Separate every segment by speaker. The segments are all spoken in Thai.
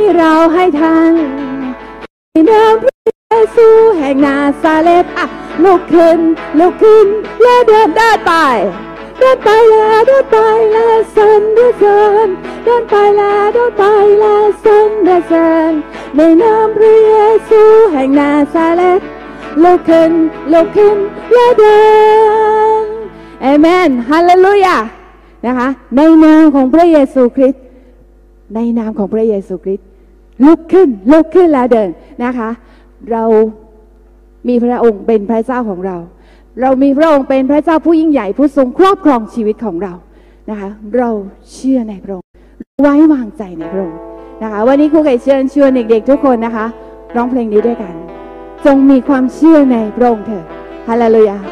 Speaker 1: เราให้ทันในนามพระเยซูแห่งนาซาเรตลุกขึ้นและเดินไปและสรรเสริญเดินไปและสรรเสริญในนามพระเยซูแห่งนาซาเรตลุกขึ้นและเดินอาเมนฮาเลลูยานะคะในนามของพระเยซูคริสต์ในนามของพระเยซูคริสต์ลุกขึ้นแล้วเดินนะคะเรามีพระองค์เป็นพระเจ้าของเรามีพระองค์เป็นพระเจ้าผู้ยิ่งใหญ่ผู้ทรงครอบครองชีวิตของเรานะคะเราเชื่อในพระองค์ไว้วางใจในพระองค์นะคะวันนี้ครูไก่เชิญชวนเด็กๆทุกคนนะคะร้องเพลงนี้ด้วยกันจงมีความเชื่อในพระองค์เถิดฮาเลลูยา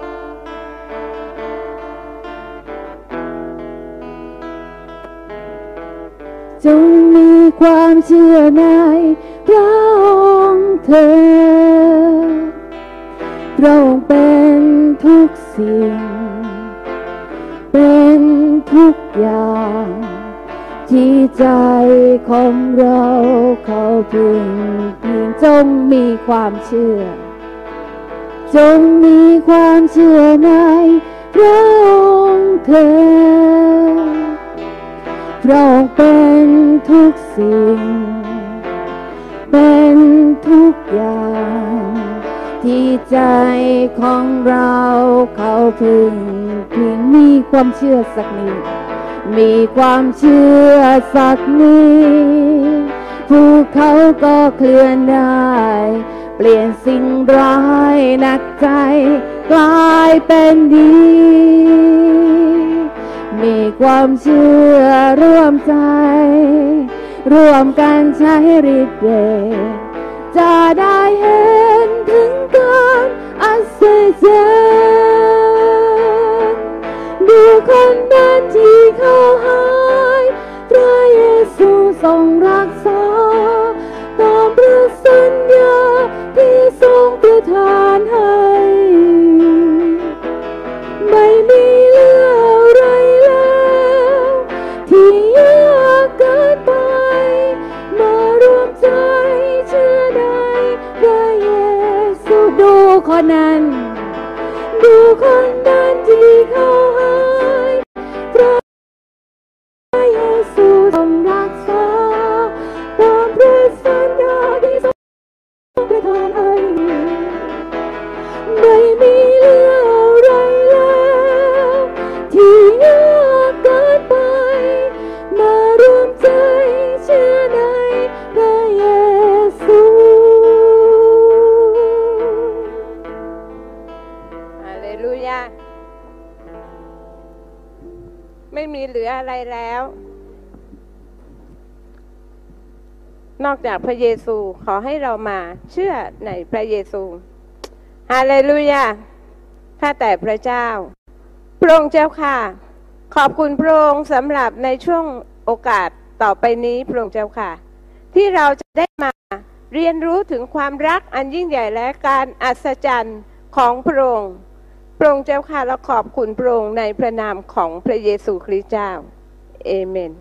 Speaker 1: จงมีความเชื่อในพระองค์เถิดพระองค์เป็นทุกสิ่งเป็นทุกอย่างที่ใจของเราเข้าถึงจงมีความเชื่อจงมีความเชื่อในพระองค์เถิดพระองค์เป็นทุกสิ่งเป็นทุกอย่างที่ใจของเราเข้าถึงมีความเชื่อสักนิดมีความเชื่อสักนิดภูเขาก็เคลื่อนได้เปลี่ยนสิ่งร้ายหนักใจกลายเป็นดีมีความเชื่อร่วมใจร่วมกันใช้ฤทธิ์เดชจะได้เห็นถึงการอัศจรรย์ดูคนนั้นที่เขาหายพระเยซูทรงรักษาตามพระสัญญาที่ทรงประทานให้ไม่มีเหลืออะไรแล้วที่ยากเกินไปมารวมใจเชื่อในพระเยซูดูคนนั้นที่เขาหายพระเยซูทรงรักษาตามพระสัญญาที่ทรงประทานให้ไม่มีเหลืออะไรแล้วที่ยากเกินไปมารวมใจเชื่อในพระเยซูฮาเลลูยาไม่มีเหลืออะไรแล้วนอกจากพระเยซูขอให้เรามาเชื่อในพระเยซูฮาเลลูยาข้าแต่พระเจ้าพระองค์เจ้าค่ะขอบคุณพระองค์สำหรับในช่วงโอกาสต่อไปนี้พระองค์เจ้าค่ะที่เราจะได้มาเรียนรู้ถึงความรักอันยิ่งใหญ่และการอัศจรรย์ของพระองค์พระองค์เจ้าค่ะเราขอบคุณพระองค์ในพระนามของพระเยซูคริสต์เจ้าเอเมน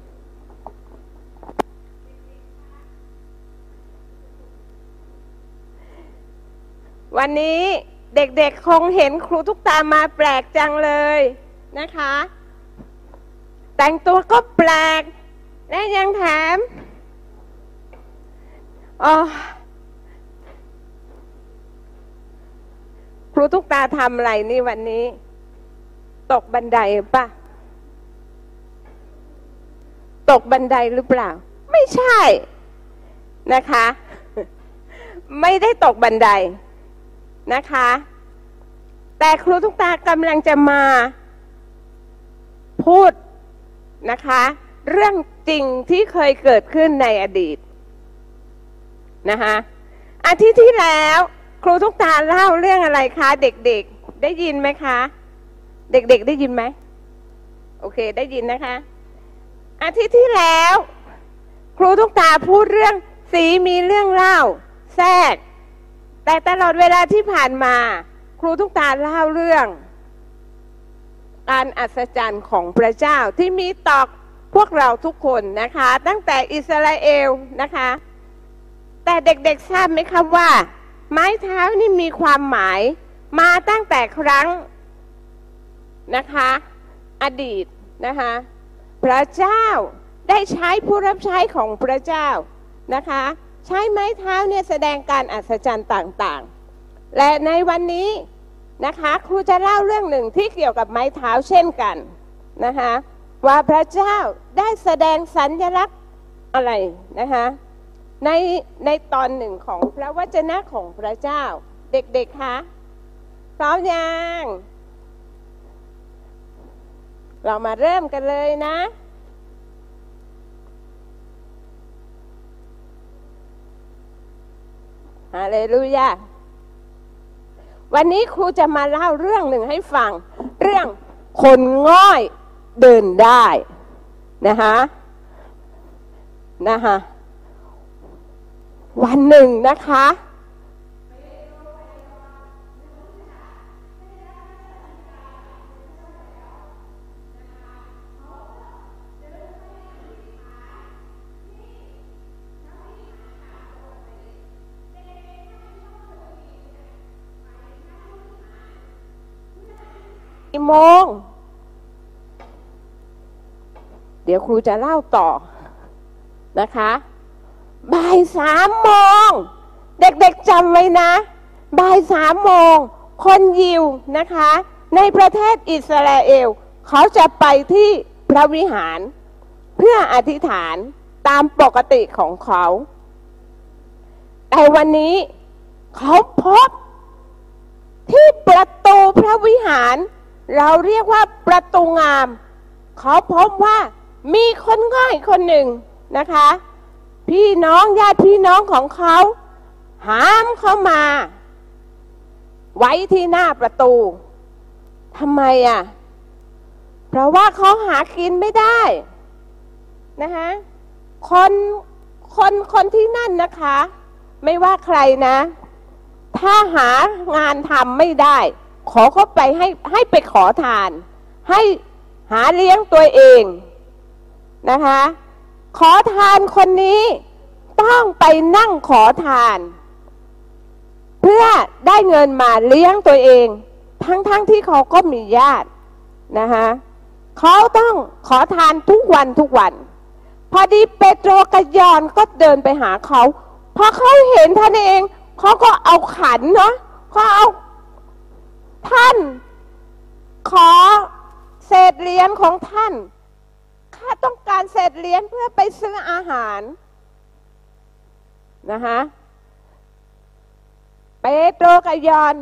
Speaker 1: วันนี้เด็กๆคงเห็นครูทุกตามาแปลกจังเลยนะคะแต่งตัวก็แปลกและยังแถมครูทุกตาทำอะไรนี่วันนี้ตกบันไดป่ะตกบันไดหรือเปล่าไม่ใช่นะคะไม่ได้ตกบันไดนะคะแต่ครูทุกตากำลังจะมาพูดนะคะเรื่องจริงที่เคยเกิดขึ้นในอดีตนะคะอาทิตย์ที่แล้วครูทุกตาเล่าเรื่องอะไรคะเด็กๆได้ยินไหมคะเด็กๆได้ยินไหมโอเคได้ยินนะคะอาทิตย์ที่แล้วครูทุกตาพูดเรื่องสีมีเรื่องเล่าแทรกแต่ตลอดเวลาที่ผ่านมาครูทุกตาเล่าเรื่องการอัศจรรย์ของพระเจ้าที่มีต่อ
Speaker 2: พวกเราทุกคนนะคะตั้งแต่อิสราเอลนะคะแต่เด็กๆทราบไหมครับว่าไม้เท้านี่มีความหมายมาตั้งแต่ครั้งนะคะอดีตนะคะพระเจ้าได้ใช้ผู้รับใช้ของพระเจ้านะคะใช้ไม้เท้าเนี่ยแสดงการอัศจรรย์ต่างๆและในวันนี้นะคะครูจะเล่าเรื่องหนึ่งที่เกี่ยวกับไม้เท้าเช่นกันนะคะว่าพระเจ้าได้แสดงสัญลักษณ์อะไรนะคะในตอนหนึ่งของพระวจนะของพระเจ้าเด็กๆคะพร้อมยังเรามาเริ่มกันเลยนะฮาเลลูยาวันนี้ครูจะมาเล่าเรื่องหนึ่งให้ฟังเรื่องคนง่อยเดินได้นะคะวันหนึ่งนะคะกี่โมงเดี๋ยวครูจะเล่าต่อนะคะบ่าย3 โมงเด็กๆจำไว้นะบ่าย3 โมงคนยิวนะคะในประเทศอิสราเอลเขาจะไปที่พระวิหารเพื่ออธิษฐานตามปกติของเขาแต่วันนี้เขาพบที่ประตูพระวิหารเราเรียกว่าประตูงามเขาพบว่ามีคนง่อยคนหนึ่งนะคะพี่น้องญาติพี่น้องของเขาห้ามเขามาไว้ที่หน้าประตูทำไมอ่ะเพราะว่าเขาหากินไม่ได้นะคะคนที่นั่นนะคะไม่ว่าใครนะถ้าหางานทำไม่ได้ขอเขาไปให้ไปขอทานให้หาเลี้ยงตัวเองนะคะขอทานคนนี้ต้องไปนั่งขอทานเพื่อได้เงินมาเลี้ยงตัวเองทั้งที่เขาก็มีญาตินะคะเขาต้องขอทานทุกวันพอดีเปโตรกับยอห์นก็เดินไปหาเขาพอเขาเห็นท่านเองเขาก็เอาขันเนาะเขาเอาท่านขอเศษเหรียญของท่านข้าต้องการเศษเหรียญเพื่อไปซื้ออาหารนะคะเปโตรกับยอห์น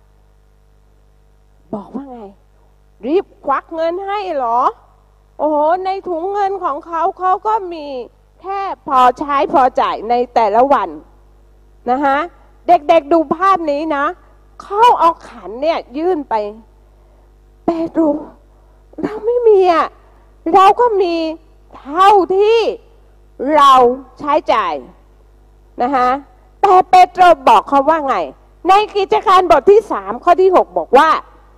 Speaker 2: บอกว่าไงรีบควักเงินให้เหรอโอ้โหในถุงเงินของเขาก็มีแค่พอใช้พอจ่ายในแต่ละวันนะคะเด็กๆดูภาพนี้นะเขาเอาขันเนี่ยยื่นไปเปโตรเราไม่มีอ่ะเราก็มีเท่าที่เราใช้จ่ายนะคะแต่เปโตรบอกเขาว่าไงในกิจการบทที่3 ข้อที่ 6บอกว่า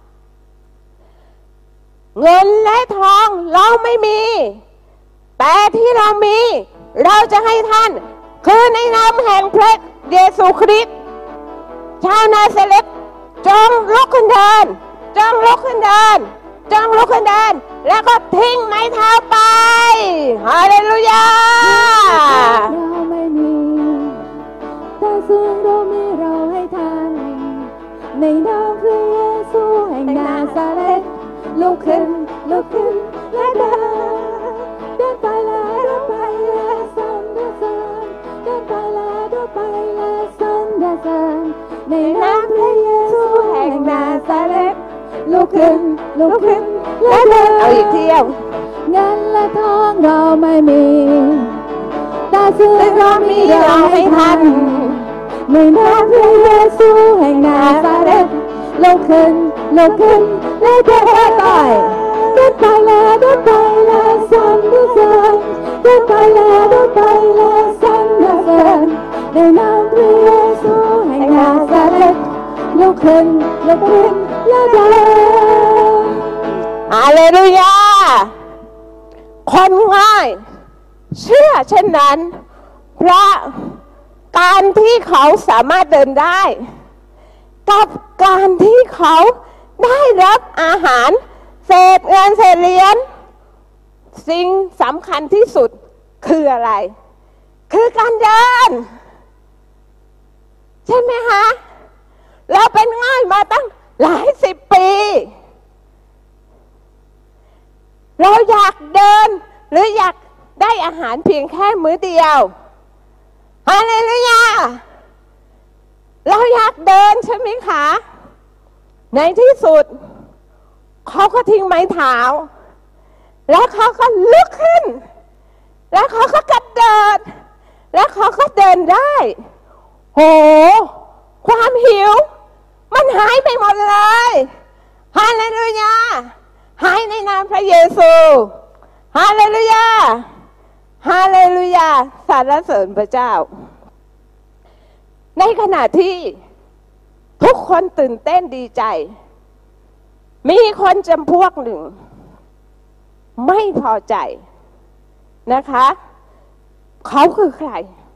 Speaker 2: เงินและทองเราไม่มีแต่ที่เรามีเราจะให้ท่านคือในนามแห่งพระเยซูคริสต์ชาวนาซาเรตจงลุกขึ้นเดินแล้วก็ทิ้งไม้เท้าไปฮาเลลูยา
Speaker 1: เราไม่มีแต่สิ่งเรามีเราให้ท่านในนามพระเยซูแห่งนาซาเรตลุกขึ้นและเดินไปแล้วไปแล้วสรรเสริญเดินไปแล้วไปแล้วสรรเสริญในนามพระเยซูแห่งนาซาเรตลุกขึ้นและเดิน
Speaker 2: เอาอีกเที่ยว
Speaker 1: เงินและทองเราไม่มีแต่สิ่งเรามีเราให้ท่านในนามพระเยซูแห่งนาซาเรตลุกขึ้นและเดินไปแล้วสรรเสริญเดินไปแล้วสรรเสริญในนามพระเยซูแห่งนาซาเรตลุกขึ้นและเดิน
Speaker 2: ฮาเลลูยาคคนง่ายเชื่อเช่นนั้นเพราะการที่เขาสามารถเดินได้กับการที่เขาได้รับอาหารเศษเงินเศษเหรียญสิ่งสำคัญที่สุดคืออะไรคือการเดินใช่ไหมคะเราเป็นง่ายมาตั้งหลายสิบปีเราอยากเดินหรืออยากได้อาหารเพียงแค่มื้อเดียวฮาเลลูยาเราอยากเดินใช่ไหมคะในที่สุดเขาก็ทิ้งไม้เท้าแล้วเขาก็ลุกขึ้นแล้วเขาก็กระโดดแล้วเขาก็เดินได้โหความหิวมันหายไปหมดเลยฮาเลลูยาหายในนามพระเยซูฮาเลลูยาฮาเลลูยาสรรเสริญพระเจ้าในขณะที่ทุกคนตื่นเต้นดีใจมีคนจำพวกหนึ่งไม่พอใจนะคะเขาคือใคร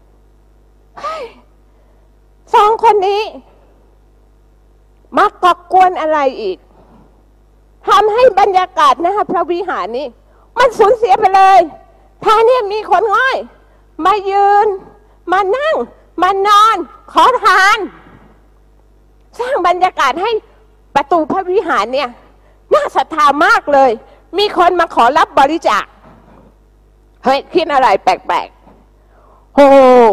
Speaker 2: สองคนนี้มาก่อกวนอะไรอีกทำให้บรรยากาศนะคะพระวิหารนี้มันสูญเสียไปเลยแทนที่มีคนง่อยมายืนมานั่งมานอนขอทานสร้างบรรยากาศให้ประตูพระวิหารเนี่ยน่าศรัทธามากเลยมีคนมาขอรับบริจาคเฮ้ยคิดอะไรแปลกๆโอ้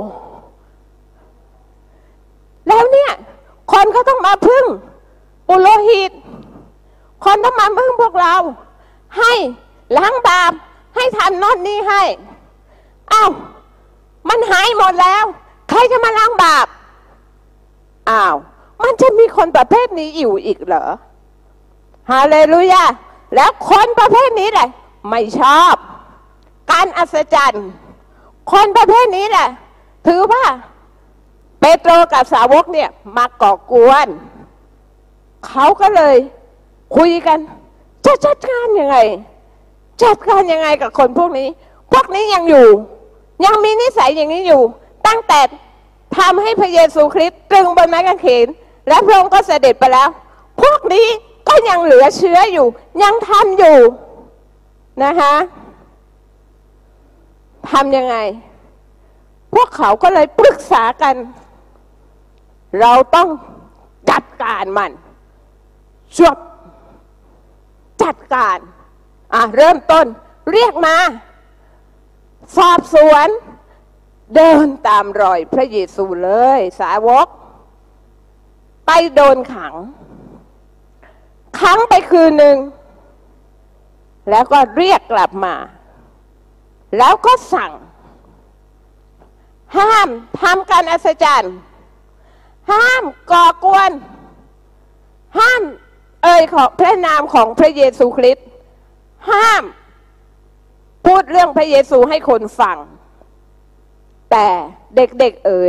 Speaker 2: แล้วเนี่ยคนเขาต้องมาพึ่งปุโรหิตคนต้องมาพึ่งพวกเราให้ล้างบาปให้ทำโน่นนี่ให้อ้าวมันหายหมดแล้วใครจะมาล้างบาปอ้าวมันจะมีคนประเภทนี้อยู่อีกเหรอฮาเลลูยาแล้วคนประเภทนี้แหละไม่ชอบการอัศจรรย์คนประเภทนี้แหละถือว่าเปโตรกับสาวกเนี่ยมาก่อกวนเขาก็เลยคุยกันจะจัดการยังไงกับคนพวกนี้ยังอยู่ยังมีนิสัยอย่างนี้อยู่ตั้งแต่ทำให้พระเยซูคริสต์ตรึงบนไม้กางเขนและพระองค์ก็เสด็จไปแล้วพวกนี้ก็ยังเหลือเชื้ออยู่ยังทำอยู่นะคะทำยังไงพวกเขาก็เลยปรึกษากันเราต้องจัดการมันจัดการเริ่มต้นเรียกมาสอบสวนเดินตามรอยพระเยซูเลยสาวกไปโดนขังไปคืนหนึ่งแล้วก็เรียกกลับมาแล้วก็สั่งห้ามทำการอัศจรรย์ห้ามก่อกวนห้ามขอพระนามของพระเยซูคริสต์ห้ามพูดเรื่องพระเยซูให้คนฟังแต่เด็ก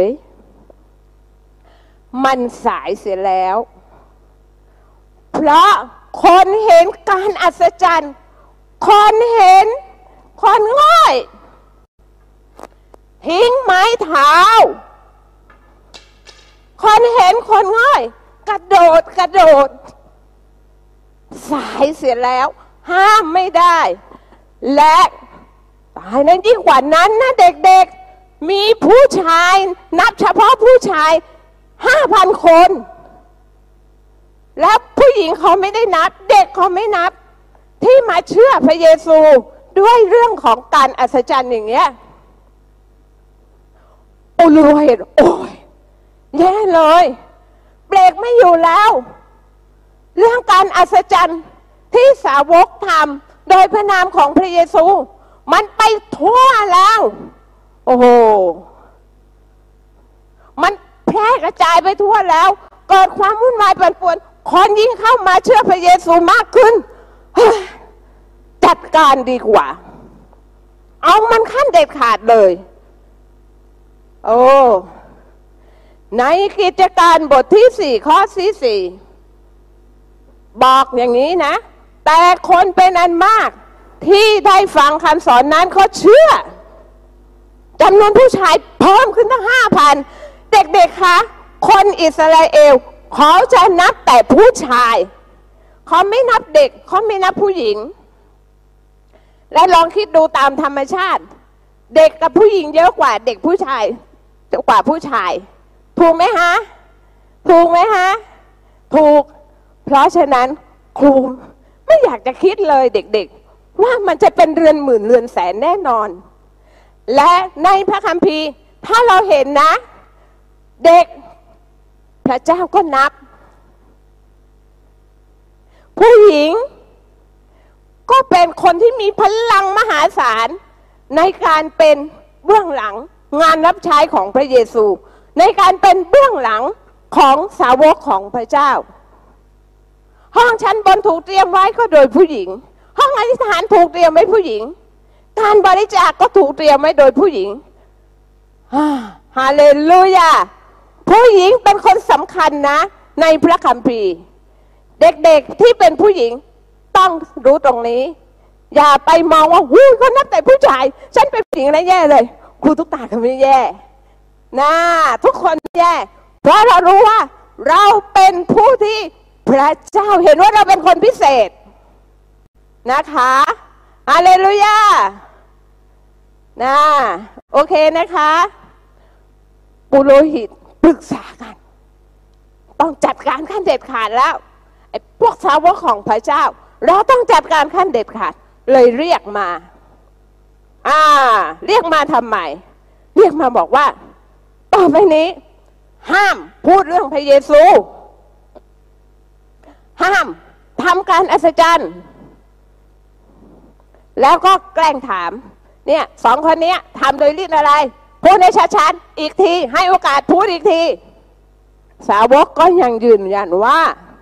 Speaker 2: มันสายเสียแล้วเพราะคนเห็นการอัศจรรย์คนเห็นคนง่อยทิ้งไม้เท้าคนเห็นคนง่อยกระโดดสายเสียแล้วห้ามไม่ได้และตายนั้นยิ่งกว่านั้นนะเด็กๆมีผู้ชายนับเฉพาะผู้ชาย 5,000 คนแล้วผู้หญิงเขาไม่ได้นับเด็กเขาไม่นับที่มาเชื่อพระเยซูด้วยเรื่องของการอัศจรรย์อย่างเงี้ยโอ้ยแย่เลยเบรกไม่อยู่แล้วเรื่องการอัศจรรย์ที่สาวกทำโดยพระนามของพระเยซูมันไปทั่วแล้วโอ้โหมันแพร่กระจายไปทั่วแล้วเกิดความวุ่นวายปั่นป่วนคนยิ่งเข้ามาเชื่อพระเยซูมากขึ้นจัดการดีกว่าเอามันขั้นเด็ดขาดเลยโอ้ในกิจการบทที่4ข้อที่4บอกอย่างนี้นะแต่คนเป็นอันมากที่ได้ฟังคำสอนนั้นเขาเชื่อจำนวนผู้ชายเพิ่มขึ้นตั้ง 5,000 เด็กๆคะคนอิสราเอลเขาจะนับแต่ผู้ชายเขาไม่นับเด็กเขาไม่นับผู้หญิงและลองคิดดูตามธรรมชาติเด็กกับผู้หญิงเยอะกว่าเด็กผู้ชายกว่าผู้ชายถูกไหมฮะถูกไหมฮะถูกเพราะฉะนั้นครูไม่อยากจะคิดเลยเด็กๆว่ามันจะเป็นเรือนหมื่นเรือนแสนแน่นอนและในพระคัมภีร์ถ้าเราเห็นนะเด็กพระเจ้าก็นับผู้หญิงก็เป็นคนที่มีพลังมหาศาลในการเป็นเบื้องหลังงานรับใช้ของพระเยซูในการเป็นเบื้องหลังของสาวกของพระเจ้าห้องชั้นบนถูกเตรียมไว้ก็โดยผู้หญิงห้องอธิษฐานถูกเตรียมไว้ผู้หญิงการบริจาคก็ถูกเตรียมไว้โดยผู้หญิงฮาเลลูยาผู้หญิงเป็นคนสำคัญนะในพระคัมภีร์เด็กๆที่เป็นผู้หญิงต้องรู้ตรงนี้อย่าไปมองว่าหูเขานับแต่ผู้ชายฉันเป็นผู้หญิงแล้วแย่เลยครูตุ๊กตาก็ไม่แย่นะทุกคนแย่เพราะเรารู้ว่าเราเป็นผู้ที่พระเจ้าเห็นว่าเราเป็นคนพิเศษนะคะฮาเลลูยานะโอเคนะคะปุโรหิตปรึกษากันต้องจัดการขั้นเด็ดขาดแล้วไอ้พวกสาวกของพระเจ้าเราต้องจัดการขั้นเด็ดขาดเลยเรียกมาเรียกมาทำไมเรียกมาบอกว่าต่อไปนี้ห้ามพูดเรื่องพระเยซูห้ามทำการอัศจรรย์แล้วก็แกล้งถามเนี่ยสองคนนี้ทำโดยฤทธิ์อะไรพูดในชัดๆอีกทีให้โอกาสพูดอีกทีสาวกก็ยังยืนยันว่า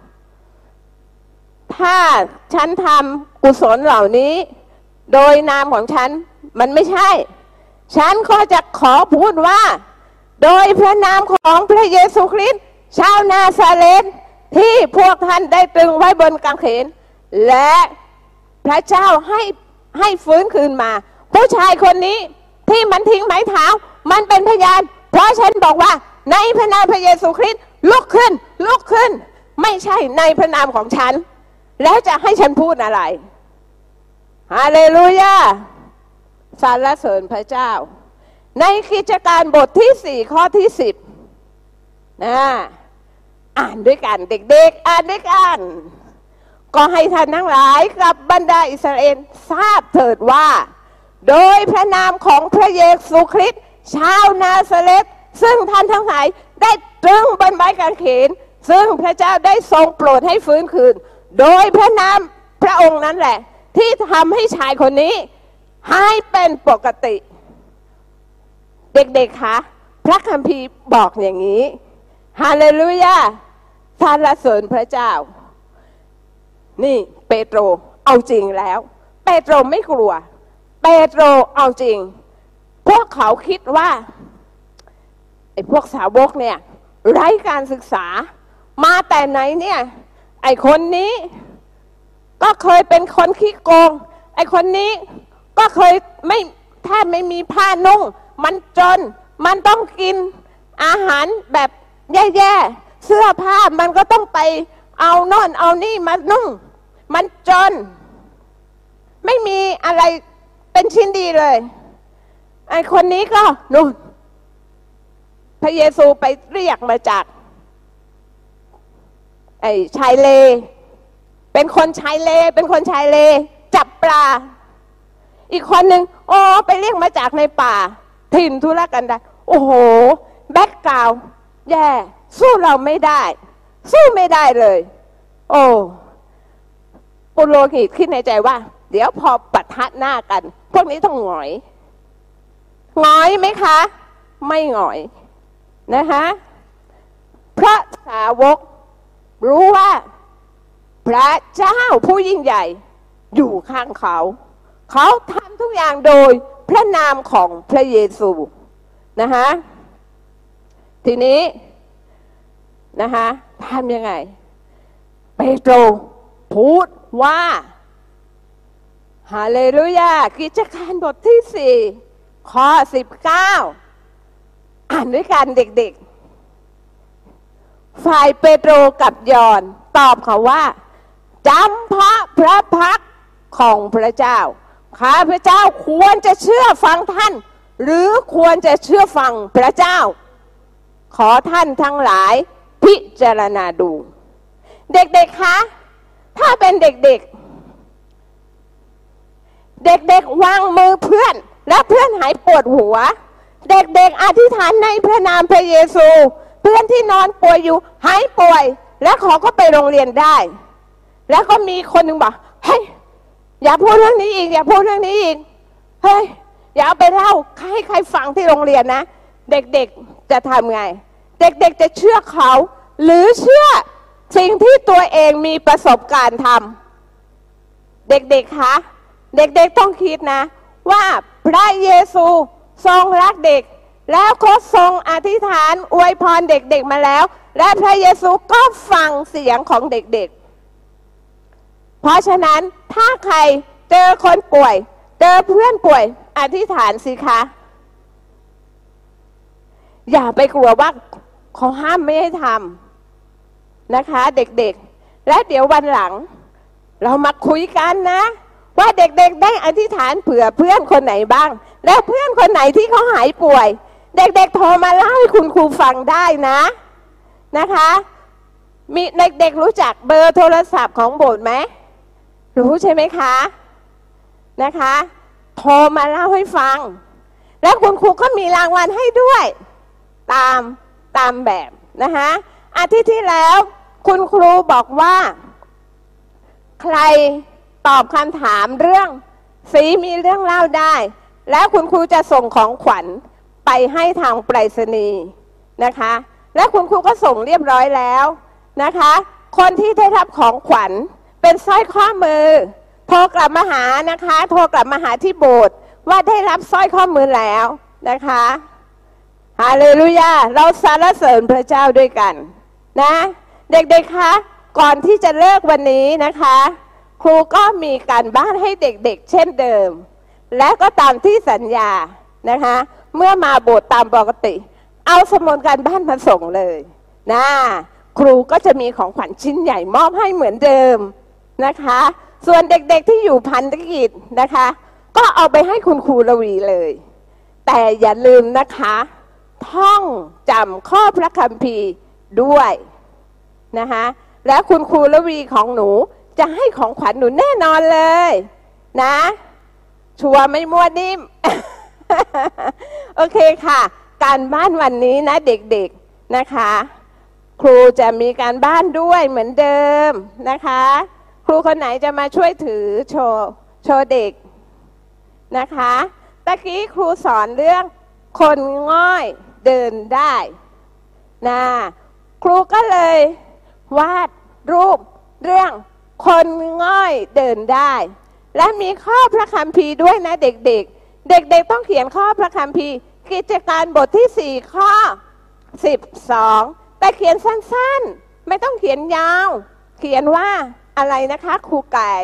Speaker 2: ถ้าฉันทำกุศลเหล่านี้โดยนามของฉันมันไม่ใช่ฉันก็จะขอพูดว่าโดยพระนามของพระเยซูคริสต์ชาวนาซาเรตที่พวกท่านได้ตรึงไว้บนกางเขนและพระเจ้าให้ฟื้นคืนมาผู้ชายคนนี้ที่มันทิ้งไม้เท้ามันเป็นพยานเพราะฉันบอกว่าในพระนามพระเยซูคริสต์ลุกขึ้นลุกขึ้นไม่ใช่ในพระนามของฉันแล้วจะให้ฉันพูดอะไรฮาเลลูยาสรรเสริญพระเจ้าในกิจการบทที่4ข้อที่10อ่านด้วยกันเด็กๆอ่านด้วยกันก็ให้ท่านทั้งหลายกับบรรดาอิสราเอลทราบเถิดว่าโดยพระนามของพระเยซูคริสต์ชาวนาซาเรตซึ่งท่านทั้งหลายได้ตรึงบนไม้กางเขนซึ่งพระเจ้าได้ทรงโปรดให้ฟื้นคืนโดยพระนามพระองค์นั้นแหละที่ทำให้ชายคนนี้หายเป็นปกติเด็กๆคะพระคัมภีร์บอกอย่างนี้ฮาเลลูยาสรรเสริญพระเจ้านี่เปโตรเอาจริงแล้วเปโตรไม่กลัวเปโตรเอาจริงพวกเขาคิดว่าไอ้พวกสาวกเนี่ยไร้การศึกษามาแต่ไหนเนี่ยไอ้คนนี้ก็เคยเป็นคนขี้โกงไอ้คนนี้ก็เคยแทบไม่มีผ้านุ่งมันจนมันต้องกินอาหารแบบแย่ๆเสื้อผ้ามันก็ต้องไปเอาโน่นเอานี่มานุ่งมันจนไม่มีอะไรเป็นชิ้นดีเลยไอ้คนนี้ก็นู่นพระเยซูไปเรียกมาจากไอ้ชายเลเป็นคนชายเลจับปลาอีกคนหนึ่งไปเรียกมาจากในป่าถิ่นทุรกันดารโอ้โหแบ็คกราวด์แย่สู้เราไม่ได้สู้ไม่ได้เลยโอ้ปุโรหิตคิดในใจว่าเดี๋ยวพอปะทะหน้ากันพวกนี้ต้องหงอยไหมคะไม่หงอยนะคะพระสาวกรู้ว่าพระเจ้าผู้ยิ่งใหญ่อยู่ข้างเขาทำทุกอย่างโดยพระนามของพระเยซูนะคะทีนี้นะคะทำยังไงเปโตรพูดว่าฮาเลลูยากิจการบทที่4ข้อ19อ่านด้วยกันเด็กๆฝ่ายเปโตรกับยอห์นตอบเขาว่าจำพระพักตร์ของพระเจ้าข้าพระเจ้าควรจะเชื่อฟังท่านหรือควรจะเชื่อฟังพระเจ้าขอท่านทั้งหลายพิจารณาดูเด็กๆคะถ้าเป็นเด็กๆวางมือเพื่อนและเพื่อนหายปวดหัวเด็กๆอธิษฐานในพระนามพระเยซูเพื่อนที่นอนป่วยอยู่หายป่วยและเขาก็ไปโรงเรียนได้แล้วก็มีคนหนึ่งบอกเฮ้ยอย่าพูดเรื่องนี้อีกอย่าพูดเรื่องนี้อีกเฮ้ยอย่าเอาไปเล่าให้ใครฟังที่โรงเรียนนะเด็กๆจะทำไงเด็กๆจะเชื่อเขาหรือเชื่อสิ่งที่ตัวเองมีประสบการณ์ทำเด็กๆคะเด็กๆต้องคิดนะว่าพระเยซูทรงรักเด็กแล้วก็ทรงอธิษฐานอวยพรเด็กๆมาแล้วและพระเยซูก็ฟังเสียงของเด็กๆเพราะฉะนั้นถ้าใครเจอคนป่วยเจอเพื่อนป่วยอธิษฐานสิคะอย่าไปกลัวว่าเขาห้ามไม่ให้ทำนะคะเด็กๆและเดี๋ยววันหลังเรามาคุยกันนะว่าเด็กๆได้อธิษฐานเผื่อเพื่อนคนไหนบ้างและเพื่อนคนไหนที่เขาหายป่วยเด็กๆโทรมาเล่าให้คุณครูฟังได้นะคะมีเด็กๆรู้จักเบอร์โทรศัพท์ของโบสถ์ไหมรู้ใช่ไหมคะนะคะโทรมาเล่าให้ฟังและคุณครูก็มีรางวัลให้ด้วยตามแบบนะคะอาทิตย์ที่แล้วคุณครูบอกว่าใครตอบคำถามเรื่องสีมีเรื่องเล่าได้แล้วคุณครูจะส่งของขวัญไปให้ทางไปรษณีย์นะคะและคุณครูก็ส่งเรียบร้อยแล้วนะคะคนที่ได้รับของขวัญเป็นสร้อยข้อมือโทรกลับมาหานะคะโทรกลับมาหาที่โบสถ์ว่าได้รับสร้อยข้อมือแล้วนะคะฮาเลลูยาเราสรรเสริญพระเจ้าด้วยกันนะเด็กๆคะก่อนที่จะเลิกวันนี้นะคะครูก็มีการบ้านให้เด็กๆเช่นเดิมและก็ตามที่สัญญานะคะเมื่อมาโบสถ์ตามปกติเอาสมุดการบ้านมาส่งเลยนะครูก็จะมีของขวัญชิ้นใหญ่มอบให้เหมือนเดิมนะคะส่วนเด็กๆที่อยู่พันธกิจนะคะก็เอาไปให้คุณครูระวีเลยแต่อย่าลืมนะคะท่องจำข้อพระคัมภีร์ด้วยนะคะและคุณครูระวีของหนูจะให้ของขวัญหนูแน่นอนเลยนะชัวร์ไม่มั่วนิ่ม โอเคค่ะการบ้านวันนี้นะเด็กๆนะคะครูจะมีการบ้านด้วยเหมือนเดิมนะคะครูคนไหนจะมาช่วยถือโชว์เด็กนะคะตะกี้ครูสอนเรื่องคนง่อยเดินได้นะครูก็เลยวาดรูปเรื่องคนง่อยเดินได้และมีข้อพระคัมภีร์ด้วยนะเด็กๆเด็กๆต้องเขียนข้อพระคัมภีร์กิจการบทที่4ข้อ12แต่เขียนสั้นๆไม่ต้องเขียนยาวเขียนว่าอะไรนะคะครูไก่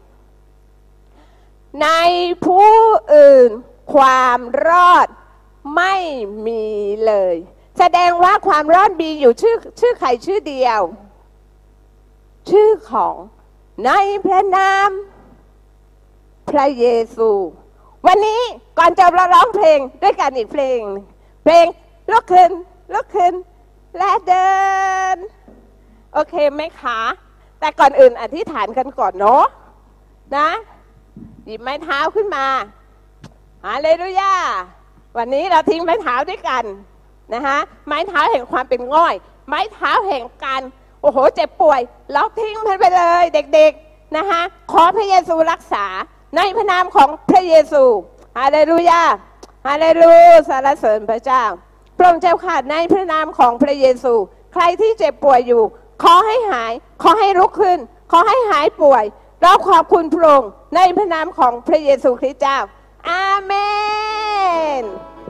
Speaker 2: ในผู้อื่นความรอดไม่มีเลยแสดงว่าความรอดมีอยู่ชื่อใครชื่อเดียวชื่อของในพระนามพระเยซูวันนี้ก่อนจะร้องเพลงด้วยกันอีกเพลงลุกขึ้นและเดินโอเคไหมคะแต่ก่อนอื่นอธิษฐานกันก่อนเนาะนะหยิบไม้เท้าขึ้นมาฮาเลลูยาวันนี้เราทิ้งไม้เท้าด้วยกันนะคะไม้เท้าแห่งความเป็นง่อยไม้เท้าแห่งการโอ้โหเจ็บป่วยเราทิ้งมันไปเลยเด็กๆนะคะขอพระเยซูรักษาในพระนามของพระเยซูฮาเลลูยาฮาเลลูสรรเสริญพระเจ้าพระองค์เจ้าข้าในพระนามของพระเยซูใครที่เจ็บป่วยอยู่ขอให้หายขอให้ลุกขึ้นขอให้หายป่วยเราขอบคุณพระองค์ในพระนามของพระเยซูคริสต์เจ้าอาเมน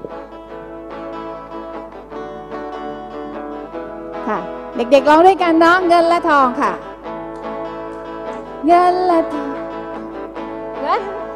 Speaker 1: ค่ะเด็กๆร้องด้วยกันเนาะเงินและทองค่ะเงินและทอง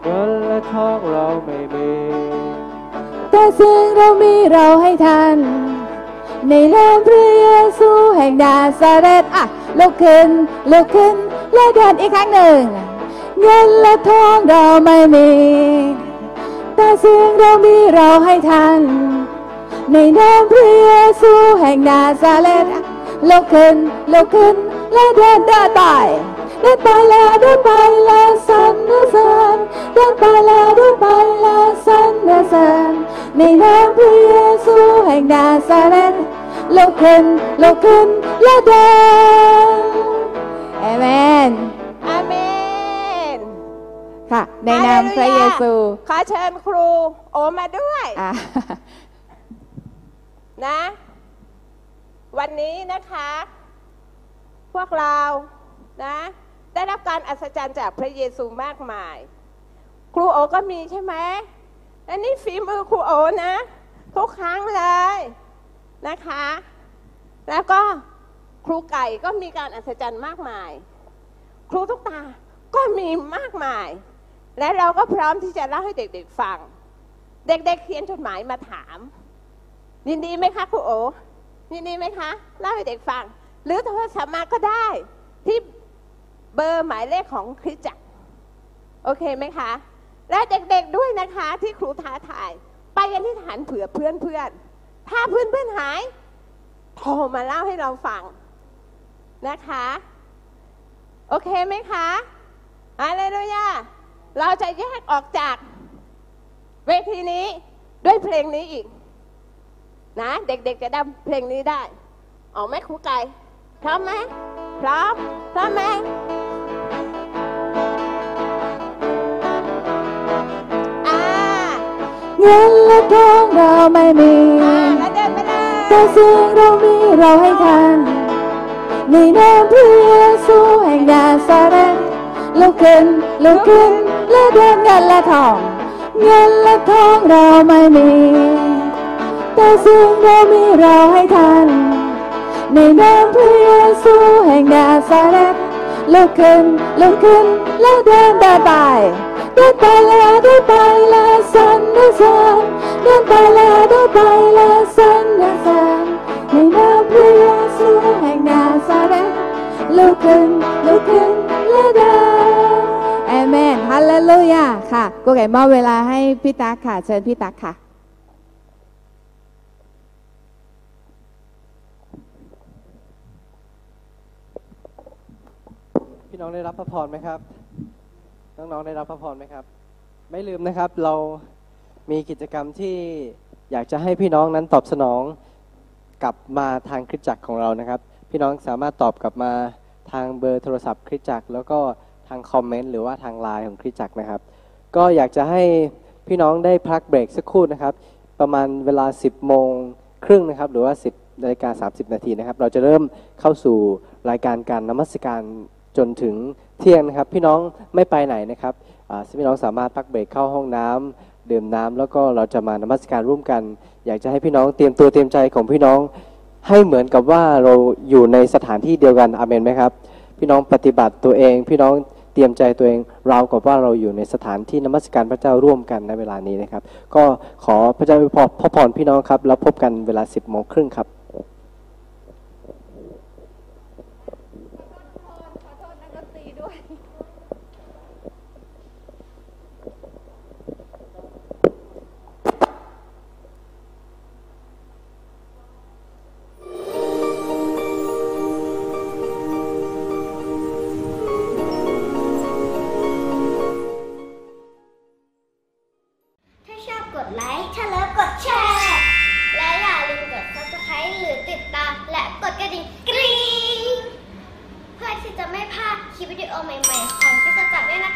Speaker 3: เงินและทองเราไม่มี
Speaker 1: แต่สิ่งเรามีเราให้ท่านในนามพระเยซูแห่งนาซาเรตลุกขึ้นและเดินอีกครั้งหนึ่งเงินและทองเราไม่มีแต่สิ่งเรามีเราให้ท่านในนามพระเยซูแห่งนาซาเรตลุกขึ้นและเดินไปแล้วสรรเสริญเดินไปแล้วสรรเสริญในนามพระเยซูแห่งนาซาเรตลุกขึ้นและเดินอาเมน
Speaker 2: อาเมน
Speaker 1: ค่ะในนามพระเยซู
Speaker 2: ขอเชิญครูโอมาด้วยนะวันนี้นะคะพวกเรานะได้รับการอัศจรรย์จากพระเยซูมากมายครูโอก็มีใช่ไหมอันนี้ฝีมือครูโอนะทุกครั้งเลยนะคะแล้วก็ครูไก่ก็มีการอัศจรรย์มากมายครูทุกตาก็มีมากมายและเราก็พร้อมที่จะเล่าให้เด็กๆฟังเด็กๆเขียนจดหมายมาถามยินดีไหมคะครูโอยินดีไหมคะเล่าให้เด็กฟังหรือโทรศัพท์มาก็ได้ที่เบอร์หมายเลขของคริสตจักรโอเคไหมคะและเด็กๆด้วยนะคะที่ครูท้าทายไปอธิษฐานเผื่อเพื่อนๆถ้าเพื่อนๆหายโทรมาเล่าให้เราฟังนะคะโอเคไหมคะอะไรด้วยย่าเราจะแยกออกจากเวทีนี้ด้วยเพลงนี้อีกนะเด็กๆจะได้เพลงนี้ได้ออกไหมครูไก่พร้อมไหมพร้อมไหม
Speaker 1: เงินและทองเราไม่มีแต่สิ่งเรามีเราให้ท่านในนามพระเยซูแห่งนาซาเรตลุกขึ้นและเดินเงินและทองเราไม่มีแต่สิ่งเรามีเราให้ท่านในนามพระเยซูแห่งนาซาเรตลุกขึ้นและเดินไปแล้วสรรเสริญเดินไปแล้วสรรเสริญในนามพระเยซูแห่งนาซาเรตลุกขึ้นและเดินอาเมนฮาเลลูยาค่ะกูไก่มอบเวลาให้พี่ตั๊กค่ะเชิญพี่ตั๊กค่ะ
Speaker 3: พี่น้องได้รับพระพรไหมครับน้องๆได้รับพระพรไหมครับไม่ลืมนะครับเรามีกิจกรรมที่อยากจะให้พี่น้องนั้นตอบสนองกลับมาทางคริสตจักรของเรานะครับพี่น้องสามารถตอบกลับมาทางเบอร์โทรศัพท์คริสตจักรแล้วก็ทางคอมเมนต์หรือว่าทางไลน์ของคริสตจักรนะครับก็อยากจะให้พี่น้องได้พักเบรกสักครู่นะครับประมาณเวลา 10:30 นะครับหรือว่า 10:30 นาทีนะครับเราจะเริ่มเข้าสู่รายการการนมัสการจนถึงเที่ยงนะครับพี่น้องไม่ไปไหนนะครับพี่น้องสามารถพักเบรกเข้าห้องน้ำดื่มน้ำแล้วก็เราจะมานมัสการร่วมกันอยากจะให้พี่น้องเตรียมตัวเตรียมใจของพี่น้องให้เหมือนกับว่าเราอยู่ในสถานที่เดียวกันอาเมนไหมครับพี่น้องปฏิบัติตัวเองพี่น้องเตรียมใจตัวเองราวกับว่าเราอยู่ในสถานที่นมัสการพระเจ้าร่วมกันในเวลานี้นะครับก็ขอพระเจ้าอวยพรพี่น้องครับแล้วพบกันเวลา 10:30 ครับ
Speaker 4: กดไลค์ถ้าเลิฟกดแชร์และอย่าลืมกด Subscribe หรือติดตามและกดกระดิ่งกรี๊งเพื่อที่จะไม่พลาดคลิปวิดีโอใหม่ๆของคริสตจักรด้วยนะคะ